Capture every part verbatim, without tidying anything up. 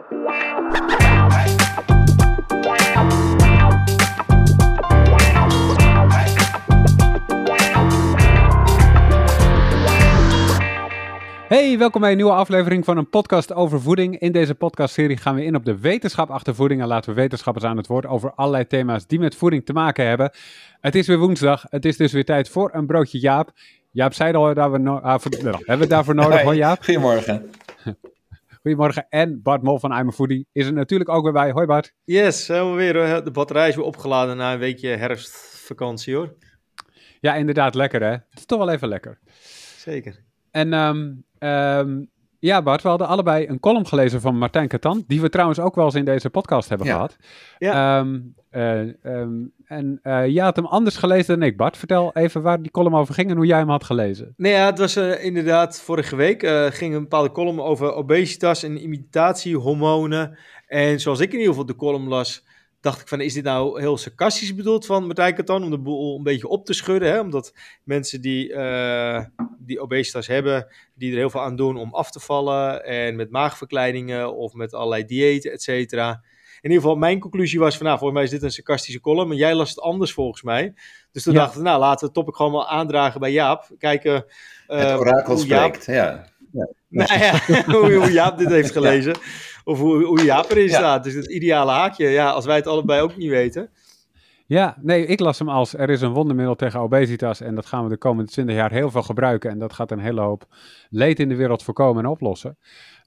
Hey, welkom bij een nieuwe aflevering van een podcast over voeding. In deze podcastserie gaan we in op de wetenschap achter voeding en laten we wetenschappers aan het woord over allerlei thema's die met voeding te maken hebben. Het is weer woensdag, het is dus weer tijd voor een broodje Jaap. Jaap zei al dat we no- ah, voor, nou, hebben we het daarvoor nodig, Hoi, hoor Jaap? Goedemorgen. Goedemorgen. En Bart Mol van I'm a Foodie is er natuurlijk ook weer bij. Hoi Bart. Yes, helemaal weer. De batterij is weer opgeladen na een weekje herfstvakantie hoor. Ja, inderdaad, lekker hè. Het is toch wel even lekker. Zeker. En um, um, ja Bart, we hadden allebei een column gelezen van Martijn Catan, die we trouwens ook wel eens in deze podcast hebben Ja. gehad. Ja. Um, uh, um, en uh, jij had hem anders gelezen dan ik. Bart, vertel even waar die column over ging en hoe jij hem had gelezen. Nee, ja, het was uh, inderdaad vorige week uh, ging een bepaalde column over obesitas en imitatiehormonen. En zoals ik in ieder geval de column las, dacht ik van, is dit nou heel sarcastisch bedoeld van Martijn Catan om de boel een beetje op te schudden? Hè? Omdat mensen die, uh, die obesitas hebben, die er heel veel aan doen om af te vallen en met maagverkleiningen of met allerlei diëten, et cetera. In ieder geval, mijn conclusie was van, nou, volgens mij is dit een sarcastische column. En jij las het anders volgens mij. Dus toen Ja. dachten we, nou, laten we het topic gewoon wel aandragen bij Jaap. Kijken uh, Het orakel hoe Jaap, spreekt, ja. ja. nou ja, hoe, hoe Jaap dit heeft gelezen. Ja. Of hoe, hoe Jaap erin Ja. staat. Dus het ideale haakje. Ja, als wij het allebei ook niet weten. Ja, nee, ik las hem als er is een wondermiddel tegen obesitas en dat gaan we de komende twintig jaar heel veel gebruiken en dat gaat een hele hoop leed in de wereld voorkomen en oplossen.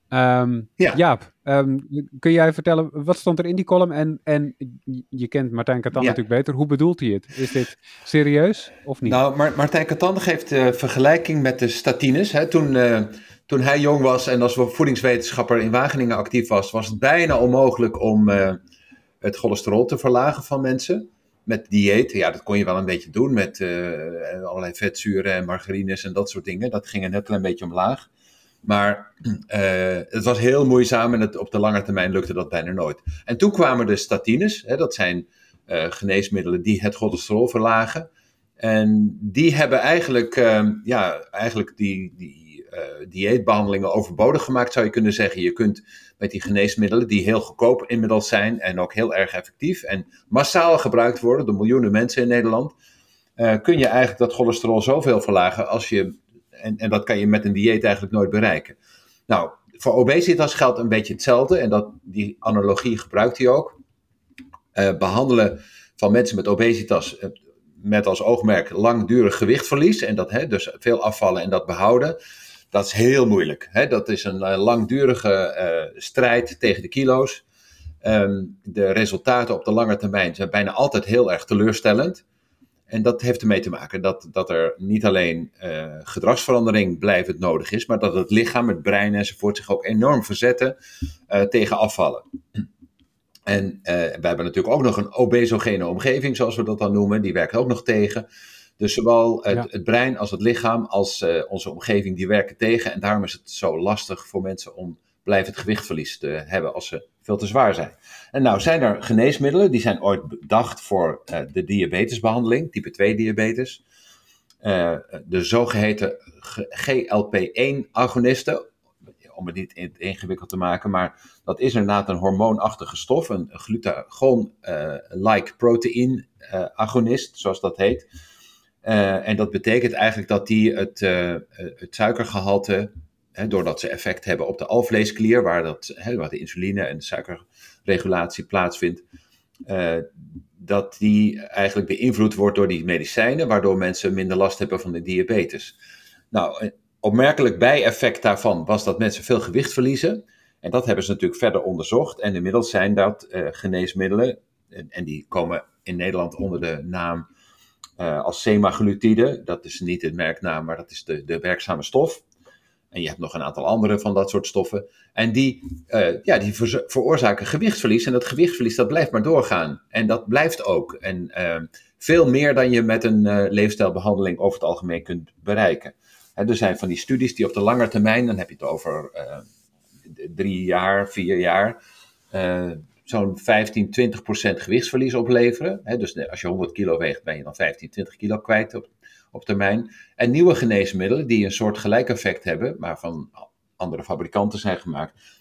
Um, Ja. Jaap, um, kun jij vertellen, wat stond er in die column? En, en je kent Martijn Catan Ja. natuurlijk beter. Hoe bedoelt hij het? Is dit serieus of niet? Nou, Mar- Martijn Catan geeft uh, vergelijking met de statines. Hè. Toen, uh, toen hij jong was en als voedingswetenschapper in Wageningen actief was, was het bijna onmogelijk om uh, het cholesterol te verlagen van mensen. Met dieet, ja, dat kon je wel een beetje doen met uh, allerlei vetzuren en margarines en dat soort dingen. Dat ging een heel klein beetje omlaag. Maar uh, het was heel moeizaam en het, op de lange termijn lukte dat bijna nooit. En toen kwamen de statines, hè, dat zijn uh, geneesmiddelen die het cholesterol verlagen. En die hebben eigenlijk, uh, ja, eigenlijk die, die uh, dieetbehandelingen overbodig gemaakt, zou je kunnen zeggen. Je kunt met die geneesmiddelen, die heel goedkoop inmiddels zijn en ook heel erg effectief en massaal gebruikt worden door miljoenen mensen in Nederland, uh, kun je eigenlijk dat cholesterol zoveel verlagen als je... En, en dat kan je met een dieet eigenlijk nooit bereiken. Nou, voor obesitas geldt een beetje hetzelfde. En dat, die analogie gebruikt hij ook. Uh, behandelen van mensen met obesitas uh, met als oogmerk langdurig gewichtverlies. En dat, hè, dus veel afvallen en dat behouden. Dat is heel moeilijk. Hè? Dat is een uh, langdurige uh, strijd tegen de kilo's. Um, de resultaten op de lange termijn zijn bijna altijd heel erg teleurstellend. En dat heeft ermee te maken dat, dat er niet alleen uh, gedragsverandering blijvend nodig is, maar dat het lichaam, het brein enzovoort zich ook enorm verzetten uh, tegen afvallen. En uh, we hebben natuurlijk ook nog een obesogene omgeving, zoals we dat dan noemen, die werkt ook nog tegen. Dus zowel het, Ja. het brein als het lichaam als uh, onze omgeving, die werken tegen. En daarom is het zo lastig voor mensen om blijvend gewichtverlies te hebben als ze veel te zwaar zijn. En nou zijn er geneesmiddelen, die zijn ooit bedacht voor uh, de diabetesbehandeling, type twee diabetes. Uh, de zogeheten G L P één agonisten, om het niet ingewikkeld te maken, maar dat is inderdaad een hormoonachtige stof, een glucagon-like uh, protein uh, agonist, zoals dat heet. Uh, en dat betekent eigenlijk dat die het, uh, het suikergehalte, He, doordat ze effect hebben op de alvleesklier, waar, dat, he, waar de insuline en de suikerregulatie plaatsvindt, uh, dat die eigenlijk beïnvloed wordt door die medicijnen, waardoor mensen minder last hebben van de diabetes. Nou, een opmerkelijk bijeffect daarvan was dat mensen veel gewicht verliezen. En dat hebben ze natuurlijk verder onderzocht. En inmiddels zijn dat uh, geneesmiddelen, en, en die komen in Nederland onder de naam uh, als semaglutide. Dat is niet de merknaam, maar dat is de, de werkzame stof. En je hebt nog een aantal andere van dat soort stoffen. En die, uh, ja, die ver- veroorzaken gewichtsverlies. En dat gewichtsverlies dat blijft maar doorgaan. En dat blijft ook. En uh, veel meer dan je met een uh, leefstijlbehandeling over het algemeen kunt bereiken. Hè, er zijn van die studies die op de lange termijn, dan heb je het over uh, drie jaar, vier jaar, uh, zo'n vijftien, twintig procent gewichtsverlies opleveren. Hè, dus als je honderd kilo weegt, ben je dan vijftien, twintig kilo kwijt op op termijn. En nieuwe geneesmiddelen die een soort gelijk effect hebben, maar van andere fabrikanten zijn gemaakt,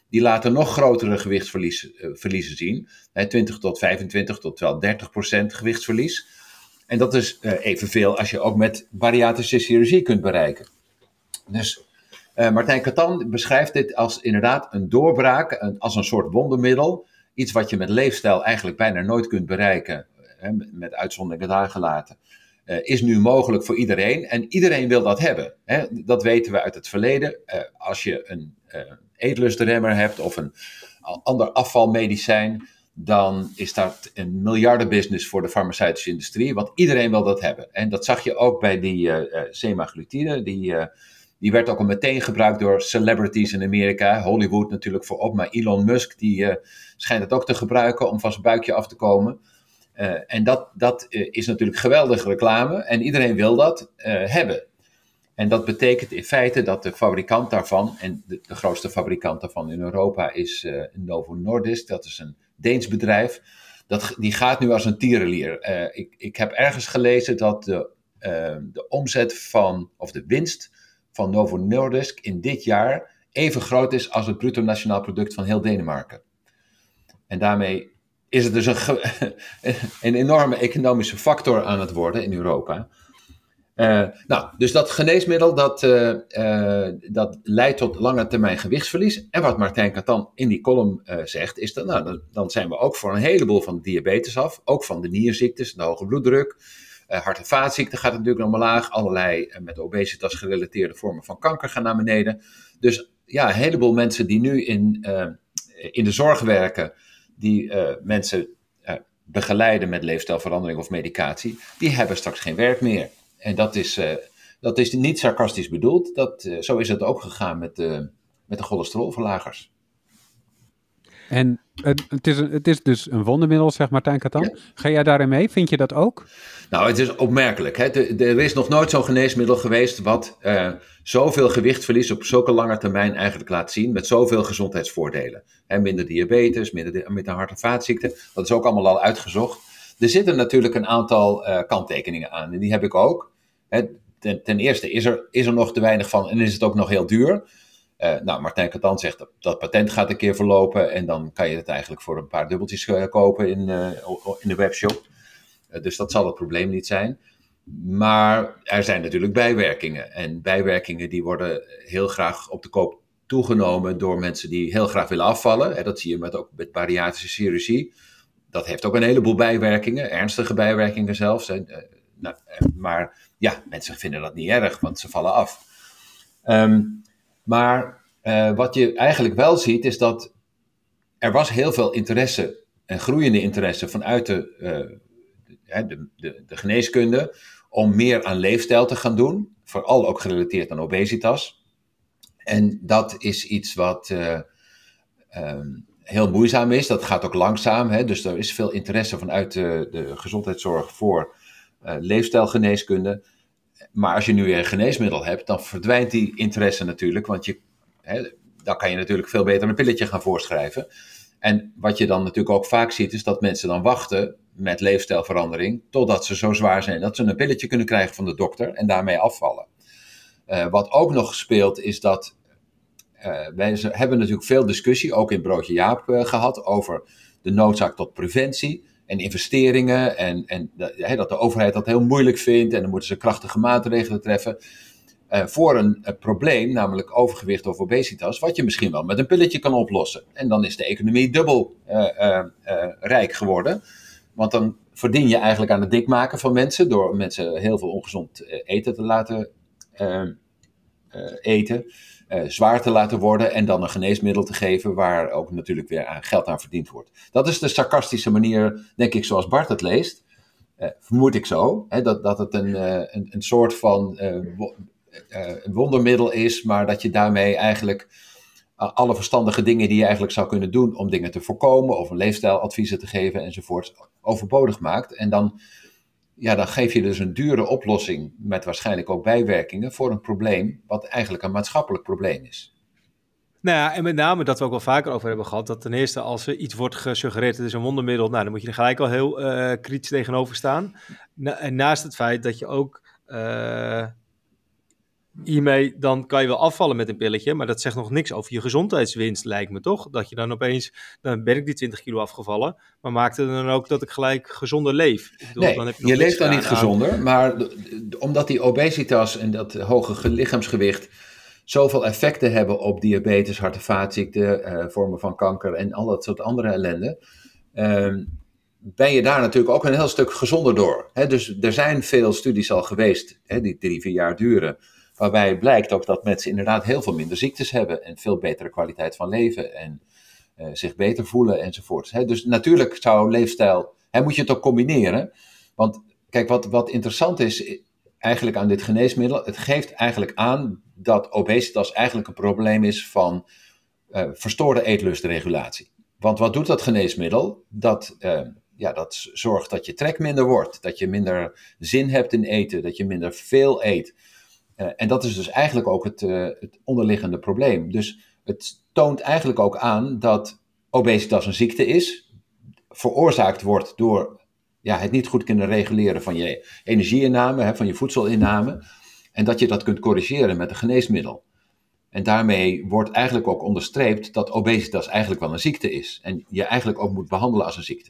die laten nog grotere gewichtsverliezen uh, verliezen zien. Hè, twintig tot vijfentwintig tot wel dertig procent gewichtsverlies. En dat is uh, evenveel als je ook met bariatrische chirurgie kunt bereiken. Dus uh, Martijn Catan beschrijft dit als inderdaad een doorbraak, een, als een soort wondermiddel. Iets wat je met leefstijl eigenlijk bijna nooit kunt bereiken, hè, met uitzonderingen daar gelaten. Uh, is nu mogelijk voor iedereen en iedereen wil dat hebben. Hè? Dat weten we uit het verleden. Uh, als je een uh, eetlustremmer hebt of een ander afvalmedicijn, dan is dat een miljardenbusiness voor de farmaceutische industrie, want iedereen wil dat hebben. En dat zag je ook bij die uh, uh, semaglutide. Die, uh, die werd ook al meteen gebruikt door celebrities in Amerika. Hollywood natuurlijk voorop, maar Elon Musk die uh, schijnt het ook te gebruiken om van zijn buikje af te komen. Uh, en dat, dat uh, is natuurlijk geweldige reclame en iedereen wil dat uh, hebben. En dat betekent in feite dat de fabrikant daarvan, en de, de grootste fabrikant daarvan in Europa is uh, Novo Nordisk, dat is een Deens bedrijf, dat, die gaat nu als een tierenlier. Uh, ik, ik heb ergens gelezen dat de, uh, de omzet van, of de winst van Novo Nordisk in dit jaar even groot is als het bruto nationaal product van heel Denemarken. En daarmee is het dus een, ge- een enorme economische factor aan het worden in Europa. Uh, nou, dus dat geneesmiddel, dat, uh, uh, dat leidt tot lange termijn gewichtsverlies. En wat Martijn Catan in die column uh, zegt, is dat nou, dan, dan zijn we ook voor een heleboel van de diabetes af. Ook van de nierziektes, de hoge bloeddruk. Uh, hart- en vaatziekten gaat natuurlijk nog omlaag. Allerlei uh, met obesitas gerelateerde vormen van kanker gaan naar beneden. Dus ja, een heleboel mensen die nu in, uh, in de zorg werken, die uh, mensen uh, begeleiden met leefstijlverandering of medicatie, die hebben straks geen werk meer. En dat is, uh, dat is niet sarcastisch bedoeld. Dat, uh, zo is het ook gegaan met, uh, met de cholesterolverlagers. En het, het, is, het is dus een wondermiddel, zegt Martijn Catan. Ja. Ga jij daarin mee? Vind je dat ook? Nou, het is opmerkelijk. Hè? De, de, er is nog nooit zo'n geneesmiddel geweest wat uh, zoveel gewichtverlies op zulke lange termijn eigenlijk laat zien, met zoveel gezondheidsvoordelen. Hè, minder diabetes, minder, minder hart- en vaatziekten. Dat is ook allemaal al uitgezocht. Er zitten natuurlijk een aantal uh, kanttekeningen aan. En die heb ik ook. Hè, ten, ten eerste is er, is er nog te weinig van en is het ook nog heel duur. Uh, nou, Martijn Catan zegt dat dat patent gaat een keer verlopen. En dan kan je het eigenlijk voor een paar dubbeltjes uh, kopen in, uh, in de webshop. Uh, dus dat zal het probleem niet zijn. Maar er zijn natuurlijk bijwerkingen. En bijwerkingen die worden heel graag op de koop toegenomen door mensen die heel graag willen afvallen. En dat zie je met, ook met bariatrische chirurgie. Dat heeft ook een heleboel bijwerkingen, ernstige bijwerkingen zelfs. En, uh, nou, uh, maar ja, mensen vinden dat niet erg, want ze vallen af. Um, maar uh, wat je eigenlijk wel ziet, is dat er was heel veel interesse, en groeiende interesse vanuit de, uh, de, de, de geneeskunde, om meer aan leefstijl te gaan doen. Vooral ook gerelateerd aan obesitas. En dat is iets wat Uh, um, heel moeizaam is. Dat gaat ook langzaam. Hè? Dus er is veel interesse vanuit de, de gezondheidszorg voor uh, leefstijlgeneeskunde. Maar als je nu weer een geneesmiddel hebt, dan verdwijnt die interesse natuurlijk. Want je, hè, dan kan je natuurlijk veel beter een pilletje gaan voorschrijven. En wat je dan natuurlijk ook vaak ziet, is dat mensen dan wachten met leefstijlverandering totdat ze zo zwaar zijn dat ze een pilletje kunnen krijgen van de dokter en daarmee afvallen. Uh, wat ook nog speelt, is dat Uh, wij hebben natuurlijk veel discussie, ook in Broodje Jaap, uh, gehad over de noodzaak tot preventie en investeringen. En, en de, he, dat de overheid dat heel moeilijk vindt en dan moeten ze krachtige maatregelen treffen. Uh, voor een, een probleem, namelijk overgewicht of obesitas, wat je misschien wel met een pilletje kan oplossen. En dan is de economie dubbel uh, uh, uh, rijk geworden. Want dan verdien je eigenlijk aan het dik maken van mensen, door mensen heel veel ongezond eten te laten uh, uh, eten. Uh, zwaar te laten worden en dan een geneesmiddel te geven waar ook natuurlijk weer aan geld aan verdiend wordt. Dat is de sarcastische manier, denk ik, zoals Bart het leest. Uh, vermoed ik zo, hè, dat, dat het een, uh, een, een soort van uh, wo- uh, wondermiddel is, maar dat je daarmee eigenlijk uh, alle verstandige dingen die je eigenlijk zou kunnen doen om dingen te voorkomen of een leefstijladviezen te geven enzovoort overbodig maakt. En dan Ja, dan geef je dus een dure oplossing met waarschijnlijk ook bijwerkingen voor een probleem wat eigenlijk een maatschappelijk probleem is. Nou ja, en met name dat we ook wel vaker over hebben gehad, dat ten eerste als er iets wordt gesuggereerd, het is een wondermiddel, nou dan moet je er gelijk al heel uh, kritisch tegenover staan. Na, en naast het feit dat je ook uh, hiermee dan kan je wel afvallen met een pilletje, maar dat zegt nog niks over je gezondheidswinst, lijkt me toch? Dat je dan opeens, dan ben ik die twintig kilo afgevallen, maar maakt het dan ook dat ik gelijk gezonder leef? Ik bedoel, Nee, dan heb je, je, nog je niks leeft dan niet gedaan aan- gezonder, maar d- d- omdat die obesitas en dat hoge ge- lichaamsgewicht zoveel effecten hebben op diabetes, hart- en vaatziekten, eh, vormen van kanker en al dat soort andere ellende, ehm, ben je daar natuurlijk ook een heel stuk gezonder door. Hè? Dus er zijn veel studies al geweest, hè, die drie, vier jaar duren, waarbij blijkt ook dat mensen inderdaad heel veel minder ziektes hebben en veel betere kwaliteit van leven en eh, zich beter voelen enzovoort. Hè? Dus natuurlijk zou leefstijl, hè, moet je het ook combineren. Want kijk, wat, wat interessant is eigenlijk aan dit geneesmiddel, het geeft eigenlijk aan dat obesitas eigenlijk een probleem is van uh, verstoorde eetlustregulatie. Want wat doet dat geneesmiddel? Dat, uh, ja, dat zorgt dat je trek minder wordt, dat je minder zin hebt in eten, dat je minder veel eet. Uh, en dat is dus eigenlijk ook het, uh, het onderliggende probleem. Dus het toont eigenlijk ook aan dat obesitas een ziekte is, veroorzaakt wordt door ja, het niet goed kunnen reguleren van je energieinname, hè, van je voedselinname, en dat je dat kunt corrigeren met een geneesmiddel. En daarmee wordt eigenlijk ook onderstreept dat obesitas eigenlijk wel een ziekte is. En je eigenlijk ook moet behandelen als een ziekte.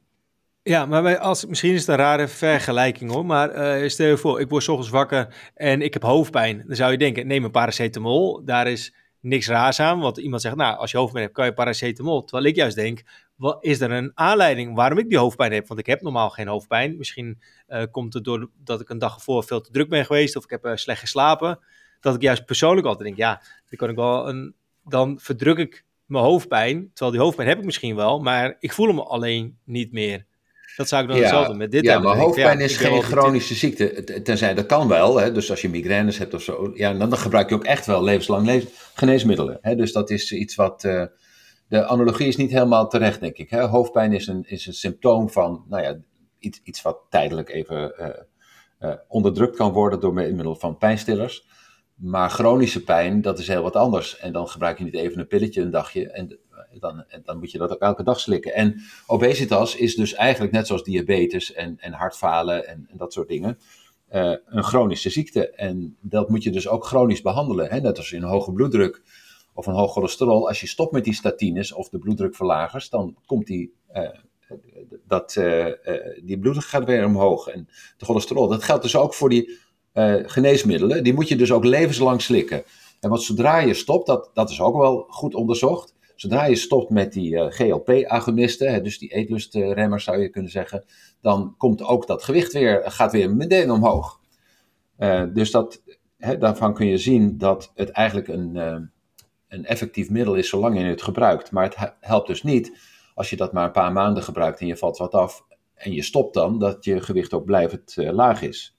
Ja, maar wij als, misschien is het een rare vergelijking hoor, maar uh, stel je voor, ik word 's ochtends wakker en ik heb hoofdpijn. Dan zou je denken, neem een paracetamol, daar is niks raars aan. Want iemand zegt, nou, als je hoofdpijn hebt, kan je paracetamol. Terwijl ik juist denk, wat, is er een aanleiding waarom ik die hoofdpijn heb? Want ik heb normaal geen hoofdpijn. Misschien uh, komt het doordat ik een dag ervoor veel te druk ben geweest of ik heb uh, slecht geslapen. Dat ik juist persoonlijk altijd denk, ja, dan kan ik wel een, dan verdruk ik mijn hoofdpijn. Terwijl die hoofdpijn heb ik misschien wel, maar ik voel hem alleen niet meer. Dat zou ik dan ja, hetzelfde met dit ja, hebben. maar Dan denk ik van, hoofdpijn ja, is ik ben geen wel chronische ziekte. Tenzij, dat kan wel. Hè? Dus als je migraines hebt of zo, ja, dan, dan gebruik je ook echt wel levenslang le- geneesmiddelen. Hè? Dus dat is iets wat... Uh, de analogie is niet helemaal terecht, denk ik. Hè? Hoofdpijn is een, is een symptoom van, nou ja, iets, iets wat tijdelijk even uh, uh, onderdrukt kan worden door middel van pijnstillers. Maar chronische pijn, dat is heel wat anders. En dan gebruik je niet even een pilletje een dagje en dan, en dan moet je dat ook elke dag slikken. En obesitas is dus eigenlijk net zoals diabetes en, en hartfalen en, en dat soort dingen, uh, een chronische ziekte. En dat moet je dus ook chronisch behandelen. Hè? Net als een hoge bloeddruk of een hoog cholesterol. Als je stopt met die statines of de bloeddrukverlagers, dan komt die, uh, dat, uh, uh, die bloeddruk gaat weer omhoog. En de cholesterol, dat geldt dus ook voor die uh, geneesmiddelen. Die moet je dus ook levenslang slikken. En want zodra je stopt, dat, dat is ook wel goed onderzocht. Zodra je stopt met die uh, G L P-agonisten, hè, dus die eetlustremmers zou je kunnen zeggen, dan komt ook dat gewicht weer, gaat weer meteen omhoog. Uh, dus dat, hè, daarvan kun je zien dat het eigenlijk een, uh, een effectief middel is zolang je het gebruikt. Maar het helpt dus niet als je dat maar een paar maanden gebruikt en je valt wat af en je stopt dan, dat je gewicht ook blijvend uh, laag is.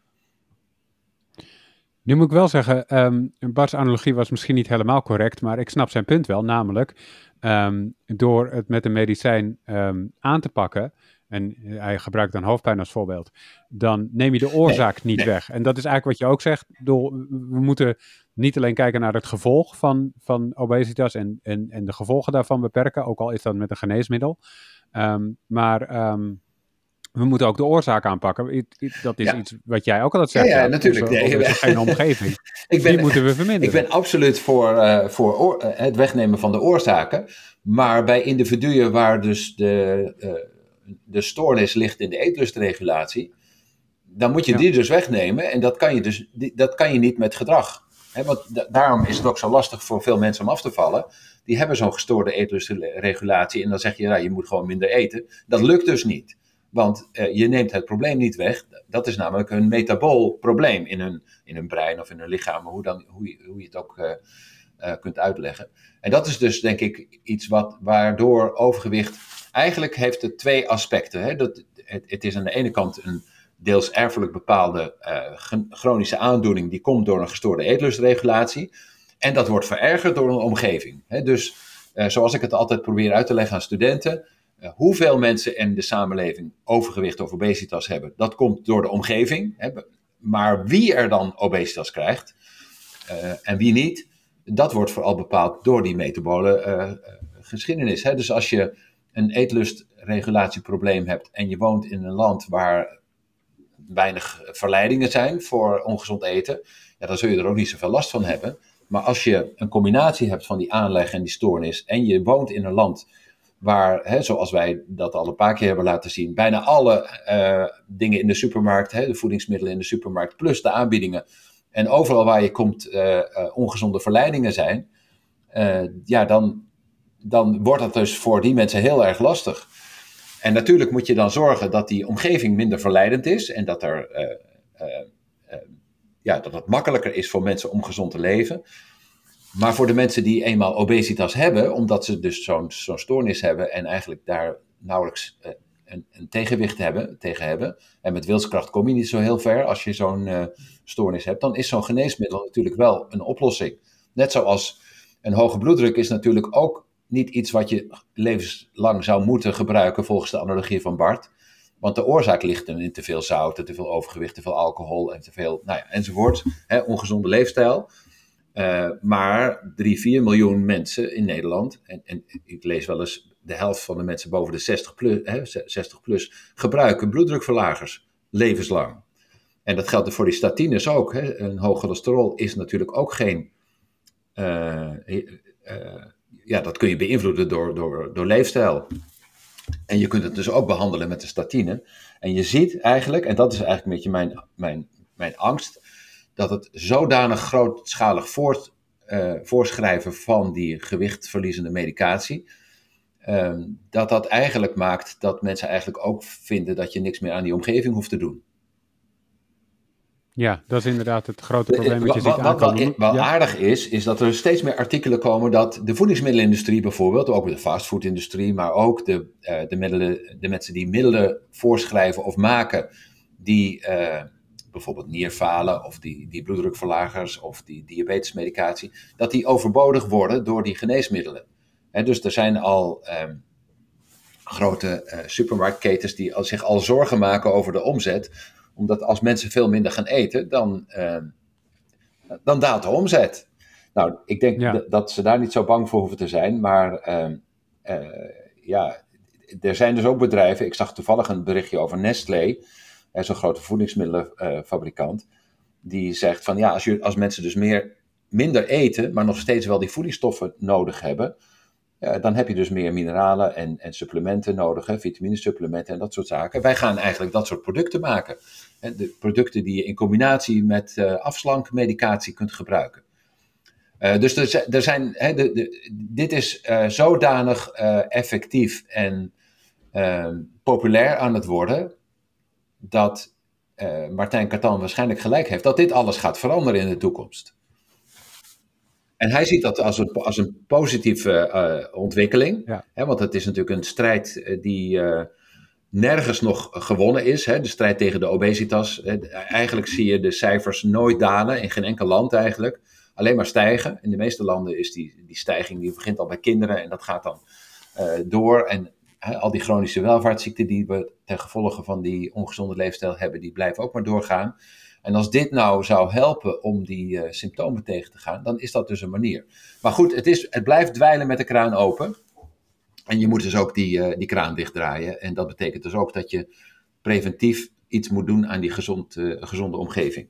Nu moet ik wel zeggen, um, Bart's analogie was misschien niet helemaal correct, maar ik snap zijn punt wel, namelijk um, door het met een medicijn um, aan te pakken, en hij gebruikt dan hoofdpijn als voorbeeld, dan neem je de oorzaak nee, niet nee. weg. En dat is eigenlijk wat je ook zegt, door, we moeten niet alleen kijken naar het gevolg van, van obesitas en, en, en de gevolgen daarvan beperken, ook al is dat met een geneesmiddel, um, maar... Um, we moeten ook de oorzaak aanpakken. Dat is ja. iets wat jij ook altijd zegt. Ja, ja natuurlijk. Onze, nee, onze geen omgeving. ik ben, Die moeten we verminderen. Ik ben absoluut voor, uh, voor oor, uh, het wegnemen van de oorzaken. Maar bij individuen waar dus de, uh, de stoornis ligt in de eetlustregulatie, dan moet je ja. die dus wegnemen. En dat kan je, dus, die, dat kan je niet met gedrag. He, want da- daarom is het ook zo lastig voor veel mensen om af te vallen. Die hebben zo'n gestoorde eetlustregulatie. En dan zeg je, nou, je moet gewoon minder eten. Dat lukt dus niet. Want uh, je neemt het probleem niet weg. Dat is namelijk een metabool probleem in hun, in hun brein of in hun lichaam. Hoe, dan, hoe, je, hoe je het ook uh, uh, kunt uitleggen. En dat is dus denk ik iets wat, waardoor overgewicht... Eigenlijk heeft het twee aspecten. Hè? Dat, het, het is aan de ene kant een deels erfelijk bepaalde uh, chronische aandoening. Die komt door een gestoorde eetlustregulatie. En dat wordt verergerd door een omgeving. Hè? Dus uh, zoals ik het altijd probeer uit te leggen aan studenten... Uh, hoeveel mensen in de samenleving overgewicht of obesitas hebben, dat komt door de omgeving. Hè, maar wie er dan obesitas krijgt uh, en wie niet, dat wordt vooral bepaald door die metabole uh, geschiedenis. Hè. Dus als je een eetlustregulatieprobleem hebt en je woont in een land waar weinig verleidingen zijn voor ongezond eten, ja, dan zul je er ook niet zoveel last van hebben. Maar als je een combinatie hebt van die aanleg en die stoornis en je woont in een land waar, hè, zoals wij dat al een paar keer hebben laten zien, bijna alle uh, dingen in de supermarkt, hè, de voedingsmiddelen in de supermarkt plus de aanbiedingen en overal waar je komt uh, uh, ongezonde verleidingen zijn, uh, ja, dan, dan wordt dat dus voor die mensen heel erg lastig. En natuurlijk moet je dan zorgen dat die omgeving minder verleidend is en dat, er, uh, uh, uh, ja, dat het makkelijker is voor mensen om gezond te leven. Maar voor de mensen die eenmaal obesitas hebben, omdat ze dus zo'n, zo'n stoornis hebben en eigenlijk daar nauwelijks uh, een, een tegenwicht hebben, tegen hebben, en met wilskracht kom je niet zo heel ver als je zo'n uh, stoornis hebt, dan is zo'n geneesmiddel natuurlijk wel een oplossing. Net zoals een hoge bloeddruk is natuurlijk ook niet iets wat je levenslang zou moeten gebruiken volgens de analogie van Bart. Want de oorzaak ligt in te veel zout, te veel overgewicht, te veel alcohol en te veel, nou ja, enzovoort. Hè, ongezonde leefstijl. Uh, maar drie, vier miljoen mensen in Nederland, en, en ik lees wel eens de helft van de mensen boven de zestig plus, hè, zestig plus gebruiken bloeddrukverlagers levenslang. En dat geldt voor die statines ook. Hè. Een hoog cholesterol is natuurlijk ook geen... Uh, uh, ja, dat kun je beïnvloeden door, door, door leefstijl. En je kunt het dus ook behandelen met de statine. En je ziet eigenlijk, en dat is eigenlijk een beetje mijn, mijn, mijn angst, dat het zodanig grootschalig voort, uh, voorschrijven van die gewichtverliezende medicatie, um, dat dat eigenlijk maakt dat mensen eigenlijk ook vinden dat je niks meer aan die omgeving hoeft te doen. Ja, dat is inderdaad het grote probleem dat je ziet wat, aankomen. Wat, wat ja. aardig is, is dat er steeds meer artikelen komen dat de voedingsmiddelenindustrie bijvoorbeeld, ook de fastfoodindustrie, maar ook de, uh, de, middelen, de mensen die middelen voorschrijven of maken, die uh, bijvoorbeeld nierfalen of die, die bloeddrukverlagers of die diabetesmedicatie, dat die overbodig worden door die geneesmiddelen. He, dus er zijn al um, grote uh, supermarktketens die al, zich al zorgen maken over de omzet, omdat als mensen veel minder gaan eten, dan, uh, dan daalt de omzet. Nou, ik denk ja. d- dat ze daar niet zo bang voor hoeven te zijn. Maar uh, uh, ja, er zijn dus ook bedrijven. Ik zag toevallig een berichtje over Nestlé, uh, zo'n grote voedingsmiddelenfabrikant, uh, die zegt van ja, als, je, als mensen dus meer, minder eten, maar nog steeds wel die voedingsstoffen nodig hebben, Uh, dan heb je dus meer mineralen en, en supplementen nodig, hè, vitaminesupplementen en dat soort zaken. Wij gaan eigenlijk dat soort producten maken. Hè, de producten die je in combinatie met uh, afslankmedicatie kunt gebruiken. Uh, dus er, er zijn, hè, de, de, dit is uh, zodanig uh, effectief en uh, populair aan het worden, dat uh, Martijn Cartan waarschijnlijk gelijk heeft, dat dit alles gaat veranderen in de toekomst. En hij ziet dat als een, als een positieve uh, ontwikkeling. Ja. Hè, want het is natuurlijk een strijd die uh, nergens nog gewonnen is. Hè, de strijd tegen de obesitas. Hè, eigenlijk zie je de cijfers nooit dalen. In geen enkel land eigenlijk. Alleen maar stijgen. In de meeste landen is die, die stijging, die begint al bij kinderen. En dat gaat dan uh, door. En hè, al die chronische welvaartsziekten die we ten gevolge van die ongezonde leefstijl hebben, die blijven ook maar doorgaan. En als dit nou zou helpen om die uh, symptomen tegen te gaan, dan is dat dus een manier. Maar goed, het, is, het blijft dweilen met de kraan open. En je moet dus ook die, uh, die kraan dichtdraaien. En dat betekent dus ook dat je preventief iets moet doen aan die gezond, uh, gezonde omgeving.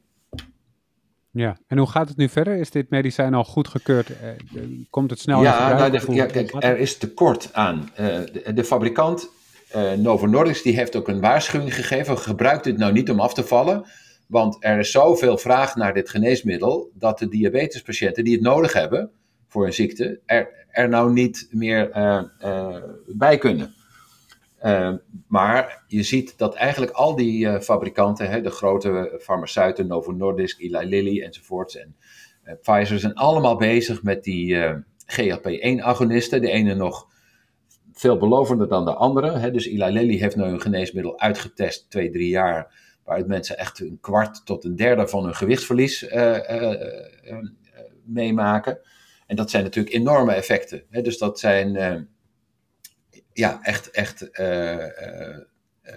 Ja, en hoe gaat het nu verder? Is dit medicijn al goedgekeurd? Uh, komt het snel in ja, gebruik? Nou, de, ja, kijk, er is tekort aan. Uh, de, de fabrikant uh, Novo Nordisk die heeft ook een waarschuwing gegeven. Gebruik dit nou niet om af te vallen. Want er is zoveel vraag naar dit geneesmiddel, dat de diabetespatiënten die het nodig hebben voor een ziekte, er, er nou niet meer uh, uh, bij kunnen. Uh, maar je ziet dat eigenlijk al die uh, fabrikanten, hè, de grote farmaceuten, Novo Nordisk, Eli Lilly enzovoorts, en uh, Pfizer zijn allemaal bezig met die uh, G L P één agonisten. De ene nog veel belovender dan de andere. Hè. Dus Eli Lilly heeft nu een geneesmiddel uitgetest, twee, drie jaar, waaruit mensen echt een kwart tot een derde van hun gewichtsverlies uh, uh, uh, uh, meemaken. En dat zijn natuurlijk enorme effecten. Hè? Dus dat zijn uh, ja, echt... echt uh, uh, uh,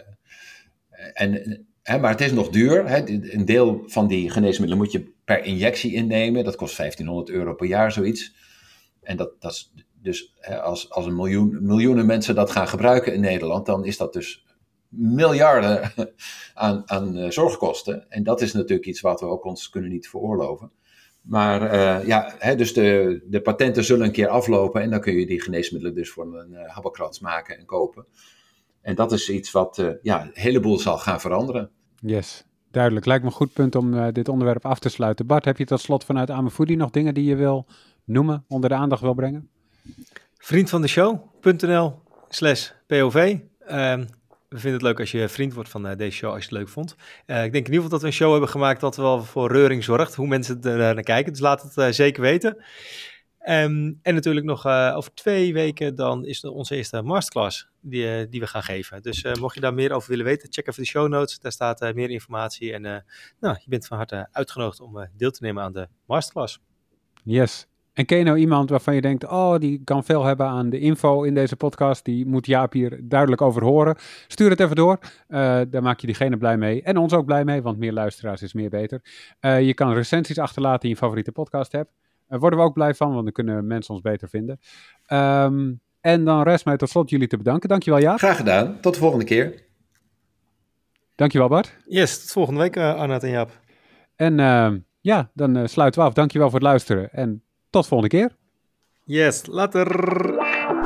en, hè, maar het is nog duur. Hè? Een deel van die geneesmiddelen moet je per injectie innemen. Dat kost vijftienhonderd euro per jaar, zoiets. En dat, dat is dus hè, als, als een miljoen, miljoenen mensen dat gaan gebruiken in Nederland, dan is dat dus miljarden aan, aan uh, zorgkosten. En dat is natuurlijk iets wat we ook ons kunnen niet veroorloven. Maar uh, ja, hè, dus de, de patenten zullen een keer aflopen en dan kun je die geneesmiddelen dus voor een uh, habbekrats maken en kopen. En dat is iets wat uh, ja, een heleboel zal gaan veranderen. Yes, duidelijk. Lijkt me een goed punt om uh, dit onderwerp af te sluiten. Bart, heb je tot slot vanuit Amefoodie nog dingen die je wil noemen, onder de aandacht wil brengen? Vriendvandeshow.nl slash POV. Um, we vinden het leuk als je vriend wordt van uh, deze show, als je het leuk vond. Uh, ik denk in ieder geval dat we een show hebben gemaakt dat wel voor reuring zorgt, hoe mensen er uh, naar kijken. Dus laat het uh, zeker weten. Um, en natuurlijk nog uh, over twee weken dan is er onze eerste masterclass die, uh, die we gaan geven. Dus uh, mocht je daar meer over willen weten, check even de show notes. Daar staat uh, meer informatie. En uh, nou, je bent van harte uitgenodigd om uh, deel te nemen aan de masterclass. Yes. En ken je nou iemand waarvan je denkt, oh, die kan veel hebben aan de info in deze podcast. Die moet Jaap hier duidelijk over horen. Stuur het even door. Uh, daar maak je diegene blij mee. En ons ook blij mee, want meer luisteraars is meer beter. Uh, je kan recensies achterlaten in je favoriete podcast app. Daar worden we ook blij van, want dan kunnen mensen ons beter vinden. Um, en dan rest mij tot slot jullie te bedanken. Dankjewel, Jaap. Graag gedaan. Tot de volgende keer. Dankjewel, Bart. Yes, tot volgende week, uh, Arnoud en Jaap. En uh, ja, dan uh, sluiten we af. Dankjewel voor het luisteren en tot volgende keer. Yes, later.